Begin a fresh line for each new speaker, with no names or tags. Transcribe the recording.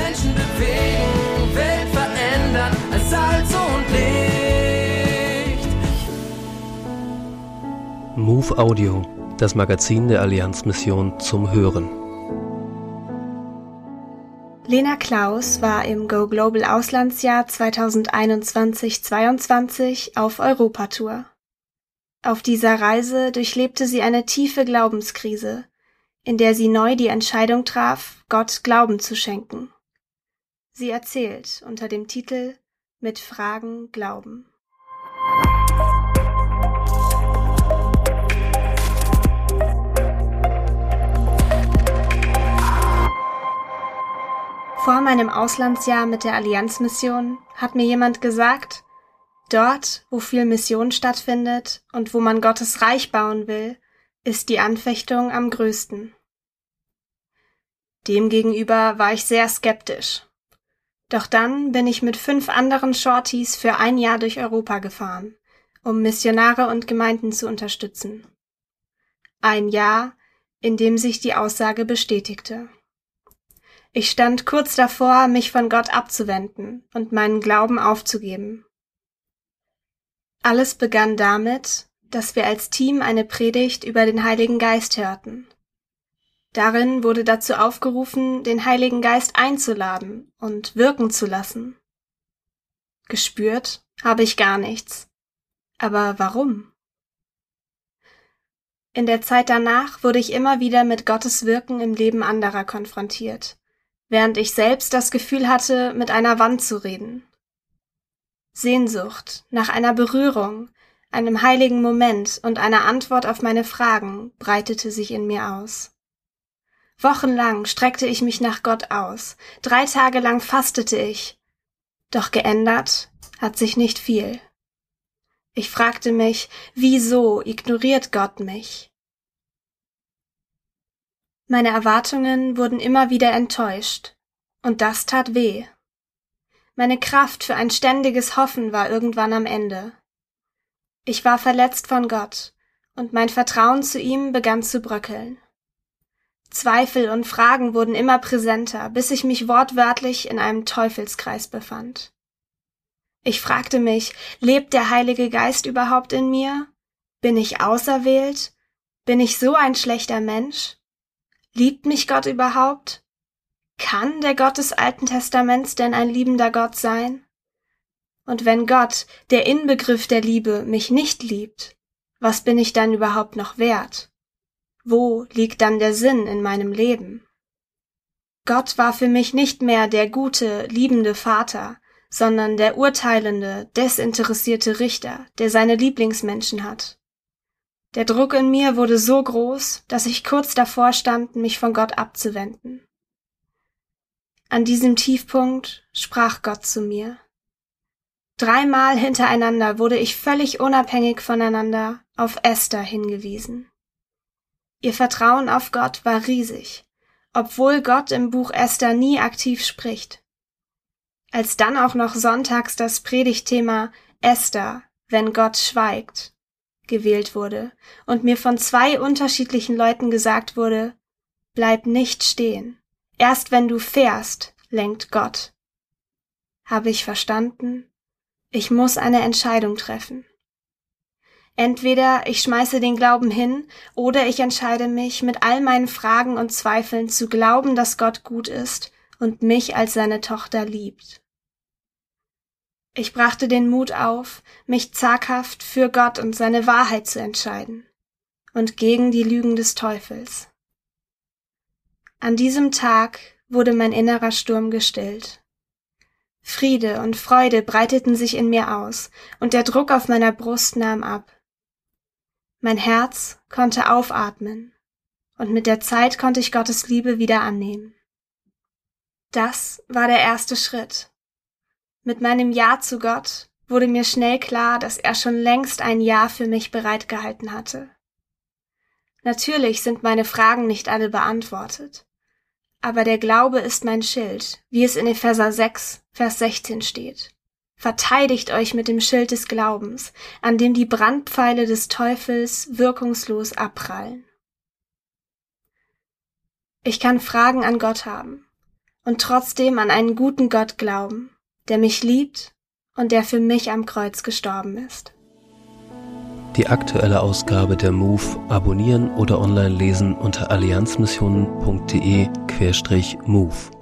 Menschen bewegen, Welt verändern, als Salz und Licht.
Move Audio, das Magazin der Allianzmission zum Hören.
Lena Klaus war im Go Global Auslandsjahr 2021-22 auf Europatour. Auf dieser Reise durchlebte sie eine tiefe Glaubenskrise, in der sie neu die Entscheidung traf, Gott Glauben zu schenken. Sie erzählt unter dem Titel »Mit Fragen glauben«. Vor meinem Auslandsjahr mit der Allianzmission hat mir jemand gesagt, dort, wo viel Mission stattfindet und wo man Gottes Reich bauen will, ist die Anfechtung am größten. Demgegenüber war ich sehr skeptisch. Doch dann bin ich mit 5 anderen Shorties für ein Jahr durch Europa gefahren, um Missionare und Gemeinden zu unterstützen. Ein Jahr, in dem sich die Aussage bestätigte. Ich stand kurz davor, mich von Gott abzuwenden und meinen Glauben aufzugeben. Alles begann damit, dass wir als Team eine Predigt über den Heiligen Geist hörten. Darin wurde dazu aufgerufen, den Heiligen Geist einzuladen und wirken zu lassen. Gespürt habe ich gar nichts. Aber warum? In der Zeit danach wurde ich immer wieder mit Gottes Wirken im Leben anderer konfrontiert, während ich selbst das Gefühl hatte, mit einer Wand zu reden. Sehnsucht nach einer Berührung, einem heiligen Moment und einer Antwort auf meine Fragen breitete sich in mir aus. Wochenlang streckte ich mich nach Gott aus, 3 Tage lang fastete ich, doch geändert hat sich nicht viel. Ich fragte mich, wieso ignoriert Gott mich? Meine Erwartungen wurden immer wieder enttäuscht, und das tat weh. Meine Kraft für ein ständiges Hoffen war irgendwann am Ende. Ich war verletzt von Gott, und mein Vertrauen zu ihm begann zu bröckeln. Zweifel und Fragen wurden immer präsenter, bis ich mich wortwörtlich in einem Teufelskreis befand. Ich fragte mich, lebt der Heilige Geist überhaupt in mir? Bin ich auserwählt? Bin ich so ein schlechter Mensch? Liebt mich Gott überhaupt? Kann der Gott des Alten Testaments denn ein liebender Gott sein? Und wenn Gott, der Inbegriff der Liebe, mich nicht liebt, was bin ich dann überhaupt noch wert? Wo liegt dann der Sinn in meinem Leben? Gott war für mich nicht mehr der gute, liebende Vater, sondern der urteilende, desinteressierte Richter, der seine Lieblingsmenschen hat. Der Druck in mir wurde so groß, dass ich kurz davor stand, mich von Gott abzuwenden. An diesem Tiefpunkt sprach Gott zu mir. 3 Mal hintereinander wurde ich völlig unabhängig voneinander auf Esther hingewiesen. Ihr Vertrauen auf Gott war riesig, obwohl Gott im Buch Esther nie aktiv spricht. Als dann auch noch sonntags das Predigtthema Esther, wenn Gott schweigt, gewählt wurde und mir von 2 unterschiedlichen Leuten gesagt wurde, bleib nicht stehen, erst wenn du fährst, lenkt Gott. Habe ich verstanden? Ich muss eine Entscheidung treffen. Entweder ich schmeiße den Glauben hin oder ich entscheide mich, mit all meinen Fragen und Zweifeln zu glauben, dass Gott gut ist und mich als seine Tochter liebt. Ich brachte den Mut auf, mich zaghaft für Gott und seine Wahrheit zu entscheiden und gegen die Lügen des Teufels. An diesem Tag wurde mein innerer Sturm gestillt. Friede und Freude breiteten sich in mir aus und der Druck auf meiner Brust nahm ab. Mein Herz konnte aufatmen und mit der Zeit konnte ich Gottes Liebe wieder annehmen. Das war der erste Schritt. Mit meinem Ja zu Gott wurde mir schnell klar, dass er schon längst ein Ja für mich bereitgehalten hatte. Natürlich sind meine Fragen nicht alle beantwortet, aber der Glaube ist mein Schild, wie es in Epheser 6, Vers 16 steht. Verteidigt euch mit dem Schild des Glaubens, an dem die Brandpfeile des Teufels wirkungslos abprallen. Ich kann Fragen an Gott haben, und trotzdem an einen guten Gott glauben, der mich liebt und der für mich am Kreuz gestorben ist.
Die aktuelle Ausgabe der MOVE abonnieren oder online lesen unter allianzmissionen.de/MOVE.